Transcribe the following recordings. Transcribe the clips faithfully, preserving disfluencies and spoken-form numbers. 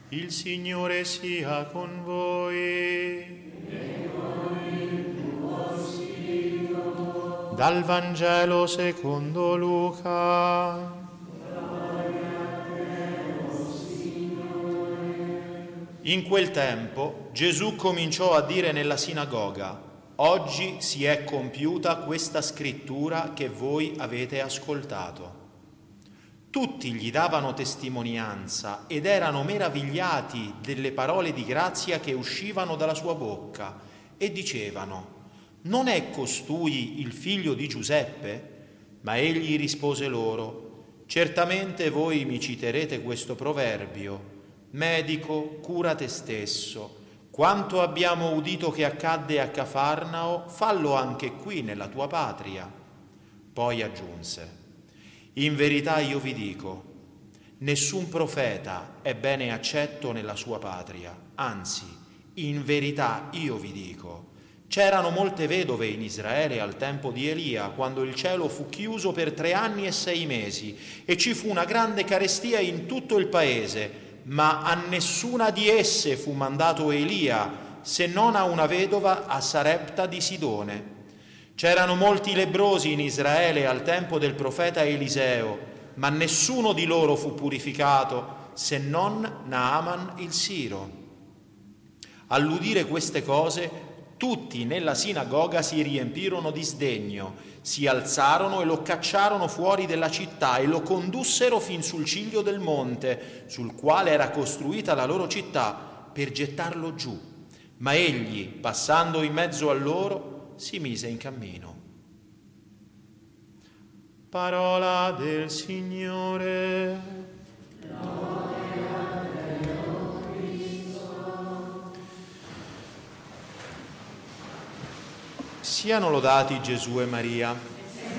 Il Signore sia con voi. E con il tuo spirito. Dal Vangelo secondo Luca. Gloria a te, o Signore. In quel tempo Gesù cominciò a dire nella sinagoga: oggi si è compiuta questa scrittura che voi avete ascoltato. Tutti gli davano testimonianza ed erano meravigliati delle parole di grazia che uscivano dalla sua bocca e dicevano: non è costui il figlio di Giuseppe? Ma egli rispose loro: certamente voi mi citerete questo proverbio: medico, cura te stesso. Quanto abbiamo udito che accadde a Cafarnao, fallo anche qui nella tua patria. Poi aggiunse: in verità io vi dico, nessun profeta è bene accetto nella sua patria. Anzi, in verità io vi dico, c'erano molte vedove in Israele al tempo di Elia, quando il cielo fu chiuso per tre anni e sei mesi e ci fu una grande carestia in tutto il paese, ma a nessuna di esse fu mandato Elia, se non a una vedova a Sarepta di Sidone. C'erano molti lebbrosi in Israele al tempo del profeta Eliseo, ma nessuno di loro fu purificato, se non Naaman il Siro. All'udire queste cose, tutti nella sinagoga si riempirono di sdegno, si alzarono e lo cacciarono fuori della città e lo condussero fin sul ciglio del monte, sul quale era costruita la loro città, per gettarlo giù. Ma egli, passando in mezzo a loro, si mise in cammino. Parola del Signore. Gloria a te, o Cristo. Siano lodati Gesù e Maria.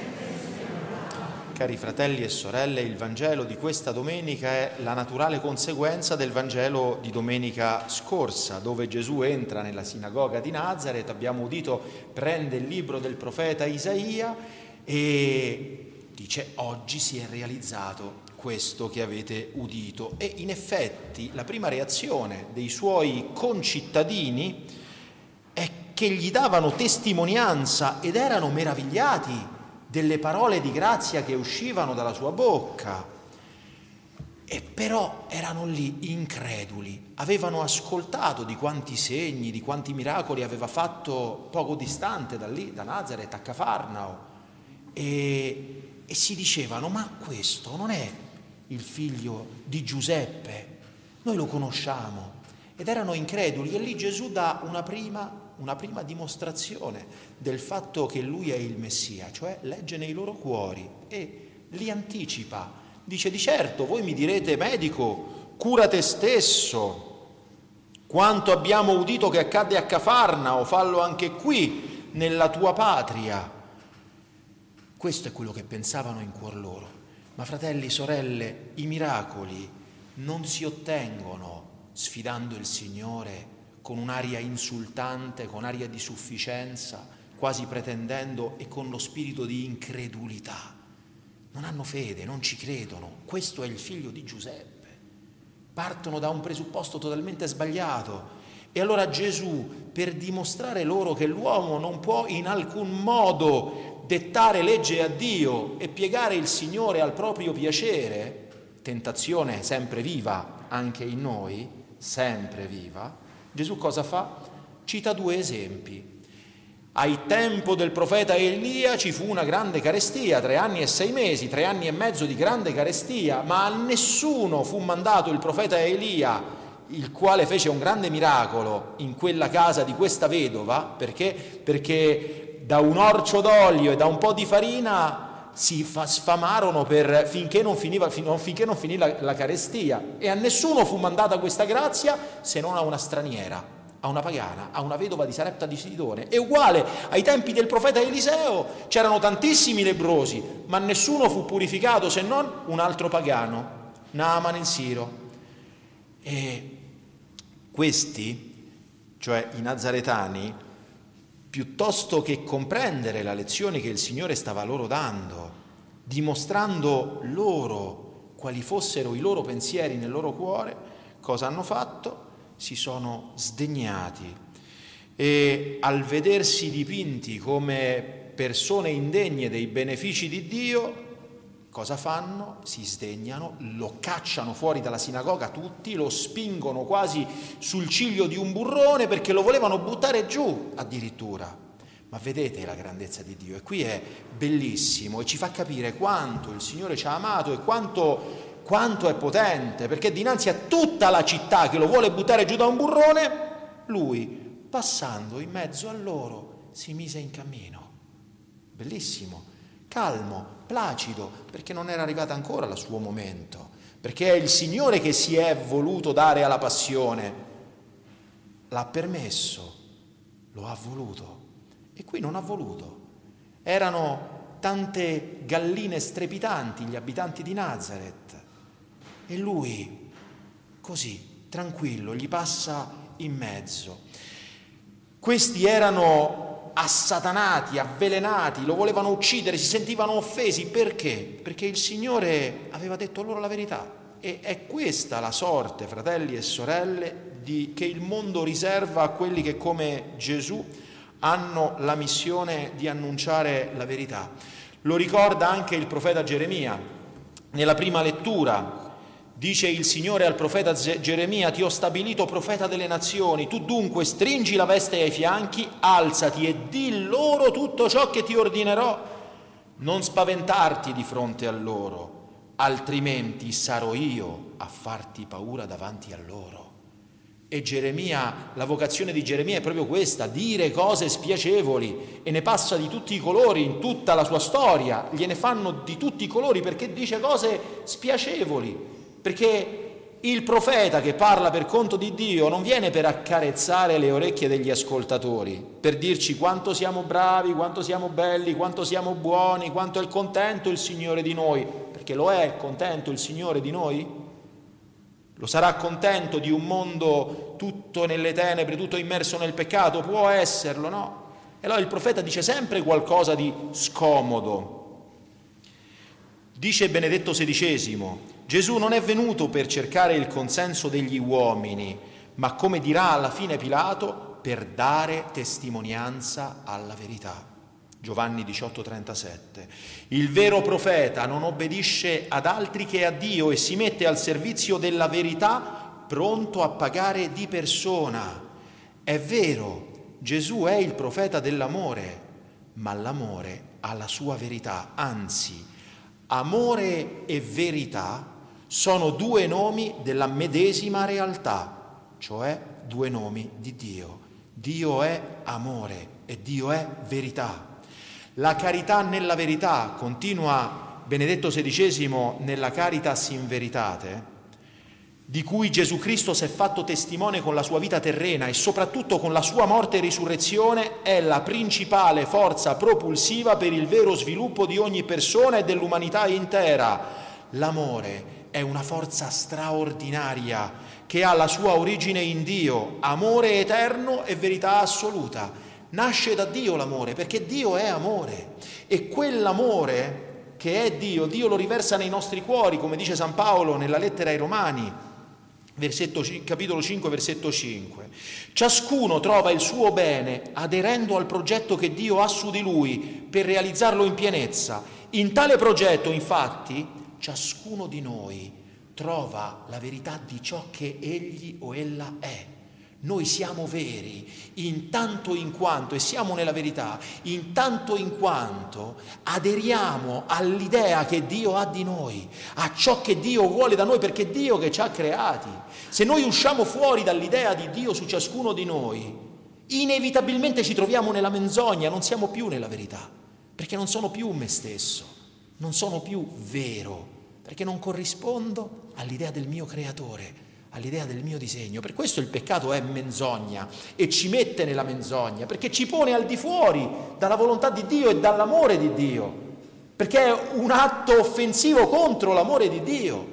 Cari fratelli e sorelle, il Vangelo di questa domenica è la naturale conseguenza del Vangelo di domenica scorsa, dove Gesù entra nella sinagoga di Nazaret, abbiamo udito, prende il libro del profeta Isaia e dice: oggi si è realizzato questo che avete udito. E in effetti la prima reazione dei suoi concittadini è che gli davano testimonianza ed erano meravigliati delle parole di grazia che uscivano dalla sua bocca, e però erano lì increduli, avevano ascoltato di quanti segni, di quanti miracoli aveva fatto poco distante da lì, da Nazaret a Cafarnao, e, e si dicevano: ma questo non è il figlio di Giuseppe? Noi lo conosciamo. Ed erano increduli, e lì Gesù dà una prima una prima dimostrazione del fatto che lui è il Messia, cioè legge nei loro cuori e li anticipa. Dice: di certo voi mi direte, medico, cura te stesso. Quanto abbiamo udito che accadde a Cafarnao, fallo anche qui nella tua patria. Questo è quello che pensavano in cuor loro. Ma fratelli, sorelle, i miracoli non si ottengono sfidando il Signore con un'aria insultante, con aria di sufficienza, quasi pretendendo, e con lo spirito di incredulità. Non hanno fede, non ci credono. Questo è il figlio di Giuseppe. Partono da un presupposto totalmente sbagliato. E allora Gesù, per dimostrare loro che l'uomo non può in alcun modo dettare legge a Dio e piegare il Signore al proprio piacere, tentazione sempre viva anche in noi, sempre viva, Gesù cosa fa? Cita due esempi. Ai tempo del profeta Elia ci fu una grande carestia, tre anni e sei mesi, tre anni e mezzo di grande carestia, ma a nessuno fu mandato il profeta Elia, il quale fece un grande miracolo in quella casa di questa vedova, perché? Perché da un orcio d'olio e da un po' di farina si fa, sfamarono per, finché non finiva, fin, finché non finì la, la carestia, e a nessuno fu mandata questa grazia se non a una straniera, a una pagana, a una vedova di Sarepta di Sidone. È uguale, ai tempi del profeta Eliseo c'erano tantissimi lebbrosi, ma nessuno fu purificato se non un altro pagano, Naaman il Siro. E questi, cioè i nazaretani, piuttosto che comprendere la lezione che il Signore stava loro dando, dimostrando loro quali fossero i loro pensieri nel loro cuore, cosa hanno fatto? Si sono sdegnati e al vedersi dipinti come persone indegne dei benefici di Dio, cosa fanno? Si sdegnano, lo cacciano fuori dalla sinagoga tutti, lo spingono quasi sul ciglio di un burrone perché lo volevano buttare giù addirittura. Ma vedete la grandezza di Dio, e qui è bellissimo e ci fa capire quanto il Signore ci ha amato e quanto, quanto è potente, perché dinanzi a tutta la città che lo vuole buttare giù da un burrone, lui, passando in mezzo a loro, si mise in cammino. Bellissimo, calmo, placido, perché non era arrivato ancora il suo momento, perché è il Signore che si è voluto dare alla passione, l'ha permesso, lo ha voluto. E qui non ha voluto. Erano tante galline strepitanti gli abitanti di Nazaret e lui così, tranquillo, gli passa in mezzo. Questi erano assatanati, avvelenati, lo volevano uccidere, si sentivano offesi. Perché? Perché il Signore aveva detto loro la verità. E è questa la sorte, fratelli e sorelle, di, che il mondo riserva a quelli che come Gesù hanno la missione di annunciare la verità. Lo ricorda anche il profeta Geremia. Nella prima lettura dice il Signore al profeta Geremia: ti ho stabilito profeta delle nazioni, tu dunque stringi la veste ai fianchi, alzati e di loro tutto ciò che ti ordinerò. Non spaventarti di fronte a loro, altrimenti sarò io a farti paura davanti a loro. E Geremia, la vocazione di Geremia è proprio questa, dire cose spiacevoli, e ne passa di tutti i colori in tutta la sua storia, gliene fanno di tutti i colori perché dice cose spiacevoli, perché il profeta che parla per conto di Dio non viene per accarezzare le orecchie degli ascoltatori, per dirci quanto siamo bravi, quanto siamo belli, quanto siamo buoni, quanto è contento il Signore di noi, perché lo è contento il Signore di noi? Lo sarà contento di un mondo tutto nelle tenebre, tutto immerso nel peccato? Può esserlo, no? E allora il profeta dice sempre qualcosa di scomodo. Dice Benedetto sedicesimo: Gesù non è venuto per cercare il consenso degli uomini, ma, come dirà alla fine Pilato, per dare testimonianza alla verità. Giovanni diciotto trentasette. Il vero profeta non obbedisce ad altri che a Dio e si mette al servizio della verità, pronto a pagare di persona. È vero, Gesù è il profeta dell'amore, ma l'amore ha la sua verità. Anzi, amore e verità sono due nomi della medesima realtà, cioè due nomi di Dio. Dio è amore e Dio è verità. La carità nella verità, continua Benedetto sedicesimo nella Caritas in Veritate, di cui Gesù Cristo si è fatto testimone con la sua vita terrena e soprattutto con la sua morte e risurrezione, è la principale forza propulsiva per il vero sviluppo di ogni persona e dell'umanità intera. L'amore è una forza straordinaria che ha la sua origine in Dio, amore eterno e verità assoluta. Nasce da Dio l'amore, perché Dio è amore, e quell'amore che è Dio, Dio lo riversa nei nostri cuori, come dice San Paolo nella lettera ai Romani, versetto, capitolo cinque, versetto cinque. Ciascuno trova il suo bene aderendo al progetto che Dio ha su di lui per realizzarlo in pienezza. In tale progetto, infatti, ciascuno di noi trova la verità di ciò che egli o ella è. Noi siamo veri in tanto in quanto, e siamo nella verità, in tanto in quanto aderiamo all'idea che Dio ha di noi, a ciò che Dio vuole da noi, perché è Dio che ci ha creati. Se noi usciamo fuori dall'idea di Dio su ciascuno di noi, inevitabilmente ci troviamo nella menzogna, non siamo più nella verità, perché non sono più me stesso, non sono più vero, perché non corrispondo all'idea del mio creatore, all'idea del mio disegno. Per questo il peccato è menzogna e ci mette nella menzogna, perché ci pone al di fuori dalla volontà di Dio e dall'amore di Dio, perché è un atto offensivo contro l'amore di Dio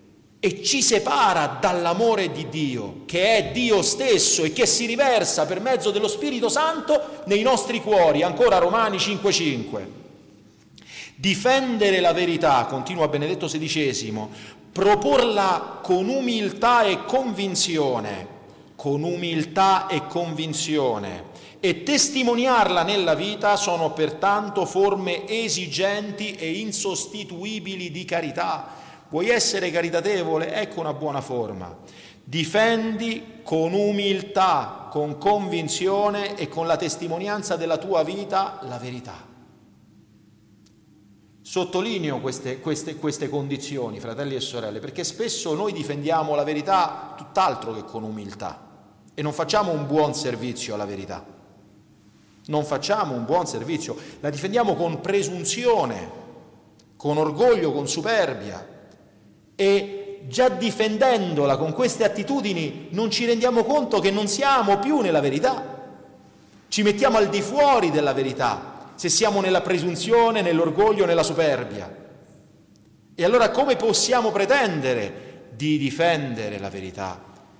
e ci separa dall'amore di Dio, che è Dio stesso e che si riversa per mezzo dello Spirito Santo nei nostri cuori. Ancora Romani cinque cinque. Difendere la verità, continua Benedetto sedicesimo, proporla con umiltà e convinzione, con umiltà e convinzione, e testimoniarla nella vita sono pertanto forme esigenti e insostituibili di carità. Vuoi essere caritatevole? Ecco una buona forma. Difendi con umiltà, con convinzione e con la testimonianza della tua vita la verità. Sottolineo queste, queste, queste condizioni, fratelli e sorelle, perché spesso noi difendiamo la verità tutt'altro che con umiltà e non facciamo un buon servizio alla verità. Non facciamo un buon servizio, la difendiamo con presunzione, con orgoglio, con superbia, e già difendendola con queste attitudini non ci rendiamo conto che non siamo più nella verità, ci mettiamo al di fuori della verità se siamo nella presunzione, nell'orgoglio, nella superbia. E allora come possiamo pretendere di difendere la verità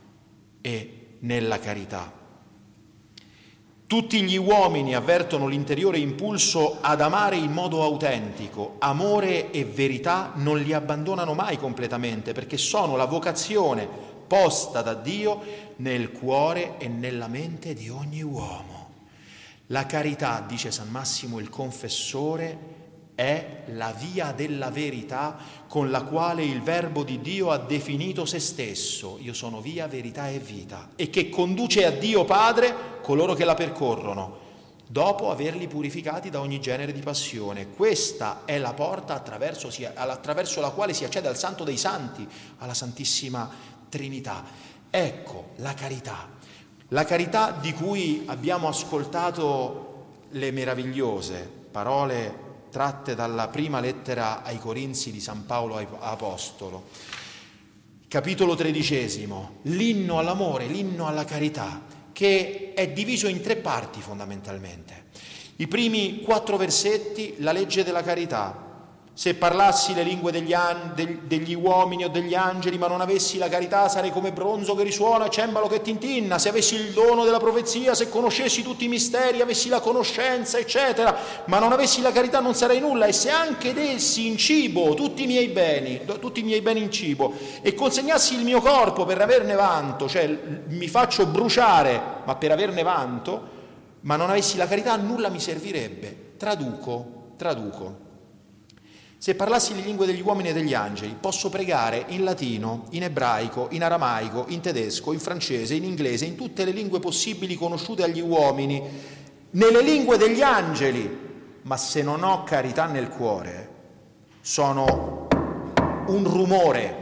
e nella carità? Tutti gli uomini avvertono l'interiore impulso ad amare in modo autentico. Amore e verità non li abbandonano mai completamente, perché sono la vocazione posta da Dio nel cuore e nella mente di ogni uomo. La carità, dice San Massimo il Confessore, è la via della verità con la quale il Verbo di Dio ha definito se stesso. Io sono via, verità e vita, e che conduce a Dio Padre coloro che la percorrono, dopo averli purificati da ogni genere di passione. Questa è la porta attraverso, attraverso la quale si accede al Santo dei Santi, alla Santissima Trinità. Ecco la carità. La carità di cui abbiamo ascoltato le meravigliose parole tratte dalla prima lettera ai Corinzi di San Paolo Apostolo. Capitolo tredicesimo, l'inno all'amore, l'inno alla carità, che è diviso in tre parti fondamentalmente. I primi quattro versetti, la legge della carità. Se parlassi le lingue degli, an- degli uomini o degli angeli, ma non avessi la carità, sarei come bronzo che risuona e cembalo che tintinna. Se avessi il dono della profezia, se conoscessi tutti i misteri, avessi la conoscenza, eccetera, ma non avessi la carità non sarei nulla. E se anche dessi in cibo tutti i miei beni, tutti i miei beni in cibo, e consegnassi il mio corpo per averne vanto, cioè mi faccio bruciare, ma per averne vanto, ma non avessi la carità, nulla mi servirebbe. Traduco, traduco. Se parlassi le lingue degli uomini e degli angeli, posso pregare in latino, in ebraico, in aramaico, in tedesco, in francese, in inglese, in tutte le lingue possibili conosciute agli uomini, nelle lingue degli angeli, ma se non ho carità nel cuore, sono un rumore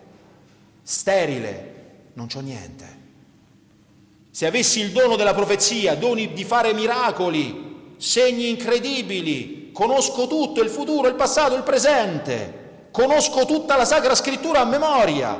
sterile, non c'ho niente. Se avessi il dono della profezia, doni di fare miracoli, segni incredibili, conosco tutto, il futuro, il passato, il presente, conosco tutta la Sacra Scrittura a memoria,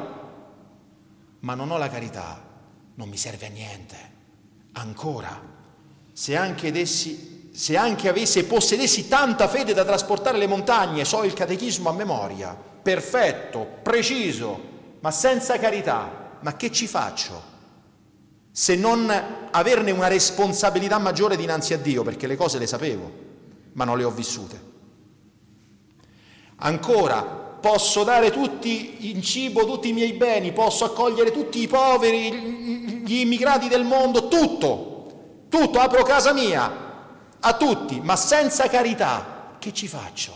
ma non ho la carità, non mi serve a niente. Ancora, se anche, dessi, se anche avessi e possedessi tanta fede da trasportare le montagne, so il catechismo a memoria, perfetto, preciso, ma senza carità, ma che ci faccio? Se non averne una responsabilità maggiore dinanzi a Dio, perché le cose le sapevo, ma non le ho vissute. Ancora, posso dare tutti in cibo tutti i miei beni, posso accogliere tutti i poveri, gli immigrati del mondo, tutto, tutto, apro casa mia a tutti, ma senza carità, che ci faccio?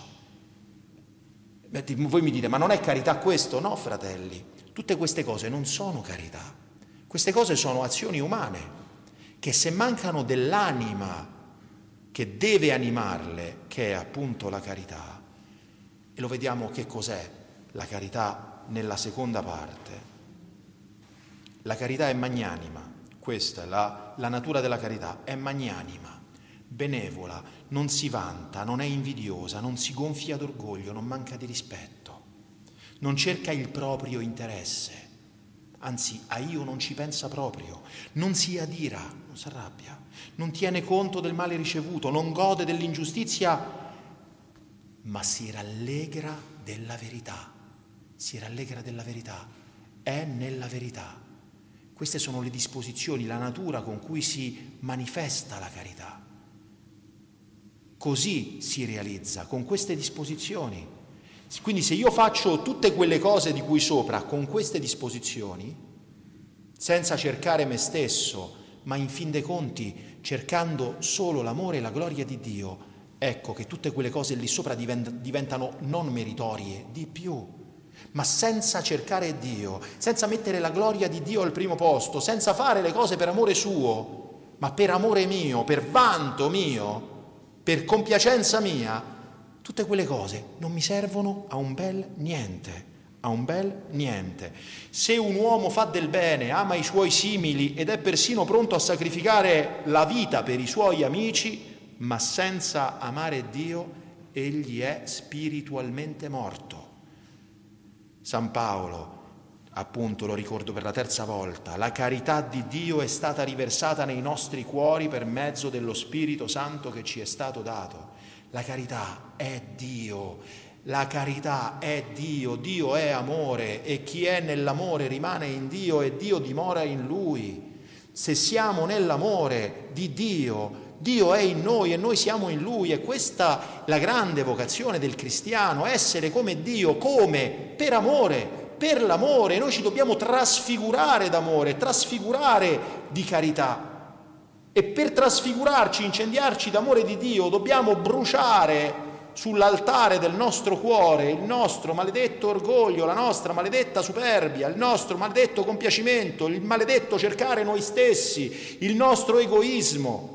Voi mi dite, ma non è carità questo? No, fratelli, tutte queste cose non sono carità, queste cose sono azioni umane, che se mancano dell'anima che deve animarle, che è appunto la carità, e lo vediamo che cos'è la carità nella seconda parte. La carità è magnanima, questa è la, la natura della carità, è magnanima, benevola, non si vanta, non è invidiosa, non si gonfia d'orgoglio, non manca di rispetto, non cerca il proprio interesse, anzi a io non ci pensa proprio, non si adira, non si arrabbia, non tiene conto del male ricevuto, non gode dell'ingiustizia, ma si rallegra della verità, si rallegra della verità, è nella verità. Queste sono le disposizioni, la natura con cui si manifesta la carità. Così si realizza, con queste disposizioni. Quindi se io faccio tutte quelle cose di cui sopra con queste disposizioni, senza cercare me stesso, ma in fin dei conti cercando solo l'amore e la gloria di Dio, ecco che tutte quelle cose lì sopra diventano non meritorie, di più. Ma senza cercare Dio, senza mettere la gloria di Dio al primo posto, senza fare le cose per amore suo, ma per amore mio, per vanto mio, per compiacenza mia, tutte quelle cose non mi servono a un bel niente, a un bel niente. Se un uomo fa del bene, ama i suoi simili ed è persino pronto a sacrificare la vita per i suoi amici, ma senza amare Dio, egli è spiritualmente morto. San Paolo, appunto, lo ricordo per la terza volta, la carità di Dio è stata riversata nei nostri cuori per mezzo dello Spirito Santo che ci è stato dato. La carità è Dio, la carità è Dio, Dio è amore e chi è nell'amore rimane in Dio e Dio dimora in lui. Se siamo nell'amore di Dio, Dio è in noi e noi siamo in Lui, e questa è la grande vocazione del cristiano, essere come Dio, come? Per amore, per l'amore. Noi ci dobbiamo trasfigurare d'amore, trasfigurare di carità, e per trasfigurarci, incendiarci d'amore di Dio, dobbiamo bruciare sull'altare del nostro cuore il nostro maledetto orgoglio, la nostra maledetta superbia, il nostro maledetto compiacimento, il maledetto cercare noi stessi, il nostro egoismo.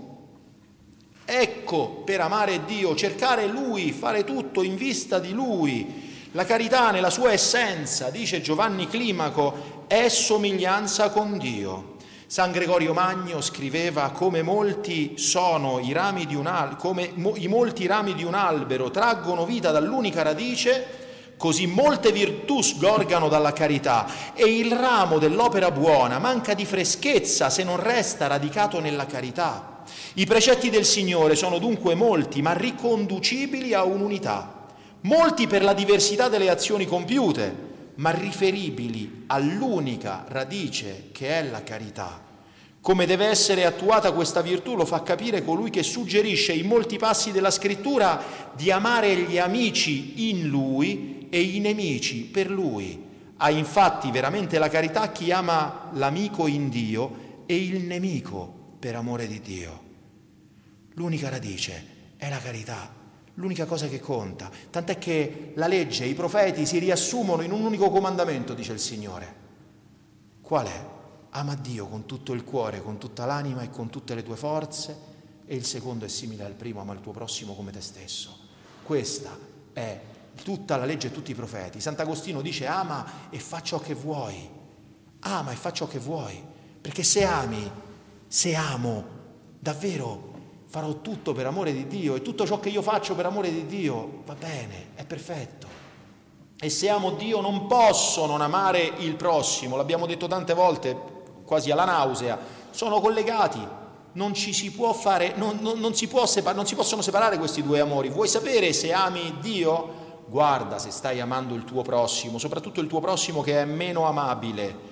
Ecco, per amare Dio, cercare Lui, fare tutto in vista di Lui. La carità nella sua essenza, dice Giovanni Climaco, è somiglianza con Dio. San Gregorio Magno scriveva: come molti sono i rami di un al- come mo- i molti rami di un albero traggono vita dall'unica radice, così molte virtù sgorgano dalla carità, e il ramo dell'opera buona manca di freschezza se non resta radicato nella carità. I precetti del Signore sono dunque molti, ma riconducibili a un'unità, molti per la diversità delle azioni compiute, ma riferibili all'unica radice che è la carità. Come deve essere attuata questa virtù lo fa capire colui che suggerisce in molti passi della Scrittura di amare gli amici in Lui e i nemici per Lui. Ha infatti veramente la carità chi ama l'amico in Dio e il nemico per amore di Dio. L'unica radice è la carità, l'unica cosa che conta, tant'è che la legge e i profeti si riassumono in un unico comandamento, dice il Signore. Qual è? Ama Dio con tutto il cuore, con tutta l'anima e con tutte le tue forze, e il secondo è simile al primo: ama il tuo prossimo come te stesso. Questa è tutta la legge e tutti i profeti. Sant'Agostino dice: ama e fa ciò che vuoi, ama e fa ciò che vuoi, perché se ami, se amo, davvero farò tutto per amore di Dio, e tutto ciò che io faccio per amore di Dio va bene, è perfetto. E se amo Dio non posso non amare il prossimo, l'abbiamo detto tante volte, quasi alla nausea, sono collegati, non ci si può fare, non, non, non, si può separ- non si possono separare questi due amori. Vuoi sapere se ami Dio? Guarda se stai amando il tuo prossimo, soprattutto il tuo prossimo che è meno amabile.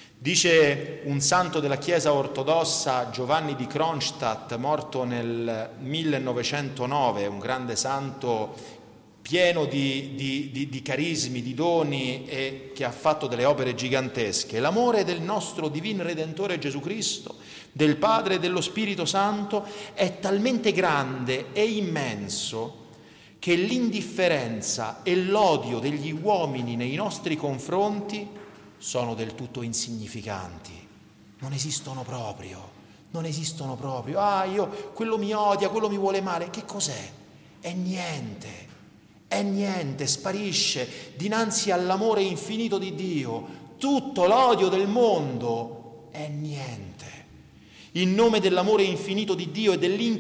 Dice un santo della Chiesa ortodossa, Giovanni di Kronstadt, morto nel millenovecentonove, un grande santo pieno di, di, di, di carismi, di doni, e che ha fatto delle opere gigantesche: l'amore del nostro divino Redentore Gesù Cristo, del Padre e dello Spirito Santo è talmente grande e immenso che l'indifferenza e l'odio degli uomini nei nostri confronti sono del tutto insignificanti, non esistono proprio, non esistono proprio. Ah, io, quello mi odia, quello mi vuole male, che cos'è? È niente, è niente, sparisce dinanzi all'amore infinito di Dio. Tutto l'odio del mondo è niente. In nome dell'amore infinito di Dio e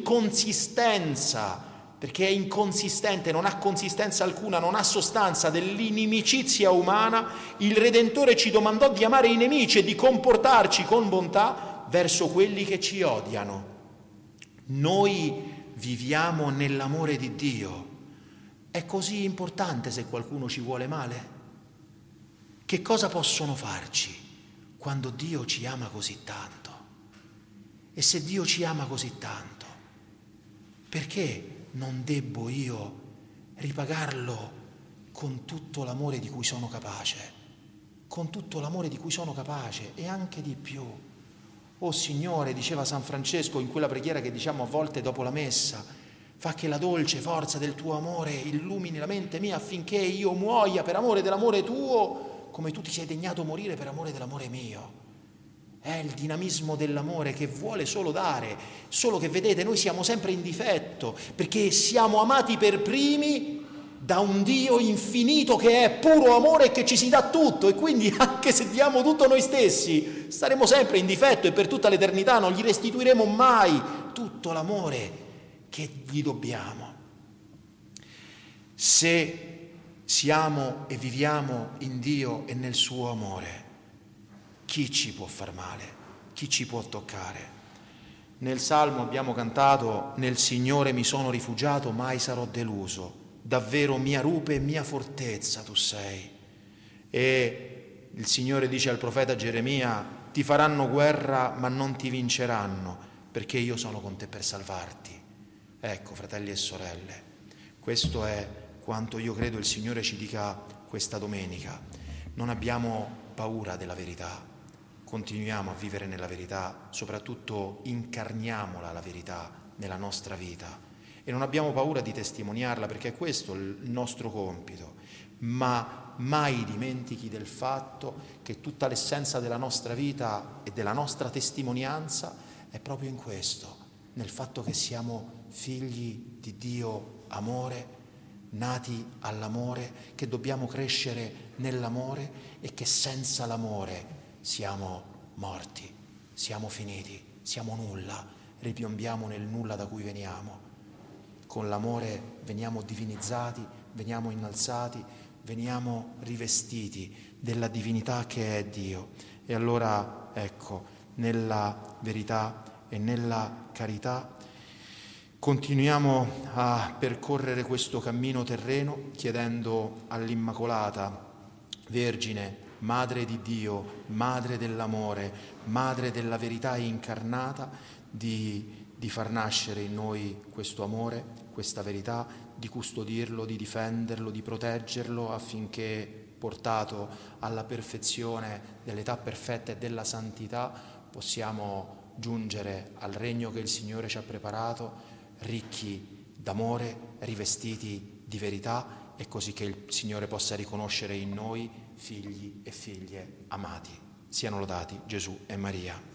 dell'inconsistenza, perché è inconsistente, non ha consistenza alcuna, non ha sostanza, dell'inimicizia umana, il Redentore ci domandò di amare i nemici e di comportarci con bontà verso quelli che ci odiano. Noi viviamo nell'amore di Dio. È così importante se qualcuno ci vuole male? Che cosa possono farci quando Dio ci ama così tanto? E se Dio ci ama così tanto, perché non debbo io ripagarlo con tutto l'amore di cui sono capace, con tutto l'amore di cui sono capace e anche di più. Oh Signore, diceva San Francesco in quella preghiera che diciamo a volte dopo la messa, fa che la dolce forza del tuo amore illumini la mente mia affinché io muoia per amore dell'amore tuo, come tu ti sei degnato morire per amore dell'amore mio. È il dinamismo dell'amore che vuole solo dare, solo che vedete noi siamo sempre in difetto, perché siamo amati per primi da un Dio infinito che è puro amore e che ci si dà tutto, e quindi anche se diamo tutto noi stessi staremo sempre in difetto e per tutta l'eternità non gli restituiremo mai tutto l'amore che gli dobbiamo. Se siamo e viviamo in Dio e nel suo amore, chi ci può far male? Chi ci può toccare? Nel Salmo abbiamo cantato: nel Signore mi sono rifugiato, mai sarò deluso. Davvero mia rupe e mia fortezza tu sei. E il Signore dice al profeta Geremia: ti faranno guerra ma non ti vinceranno, perché io sono con te per salvarti. Ecco, fratelli e sorelle, questo è quanto io credo il Signore ci dica questa domenica. Non abbiamo paura della verità, continuiamo a vivere nella verità, soprattutto incarniamola la verità nella nostra vita e non abbiamo paura di testimoniarla, perché è questo il nostro compito, ma mai dimentichi del fatto che tutta l'essenza della nostra vita e della nostra testimonianza è proprio in questo, nel fatto che siamo figli di Dio amore, nati all'amore, che dobbiamo crescere nell'amore e che senza l'amore siamo morti, siamo finiti, siamo nulla, ripiombiamo nel nulla da cui veniamo. Con l'amore veniamo divinizzati, veniamo innalzati, veniamo rivestiti della divinità che è Dio. E allora, ecco, nella verità e nella carità continuiamo a percorrere questo cammino terreno chiedendo all'Immacolata Vergine, Madre di Dio, Madre dell'amore, Madre della verità incarnata, di, di far nascere in noi questo amore, questa verità, di custodirlo, di difenderlo, di proteggerlo affinché, portato alla perfezione dell'età perfetta e della santità, possiamo giungere al regno che il Signore ci ha preparato, ricchi d'amore, rivestiti di verità, e così che il Signore possa riconoscere in noi figli e figlie amati. Siano lodati Gesù e Maria.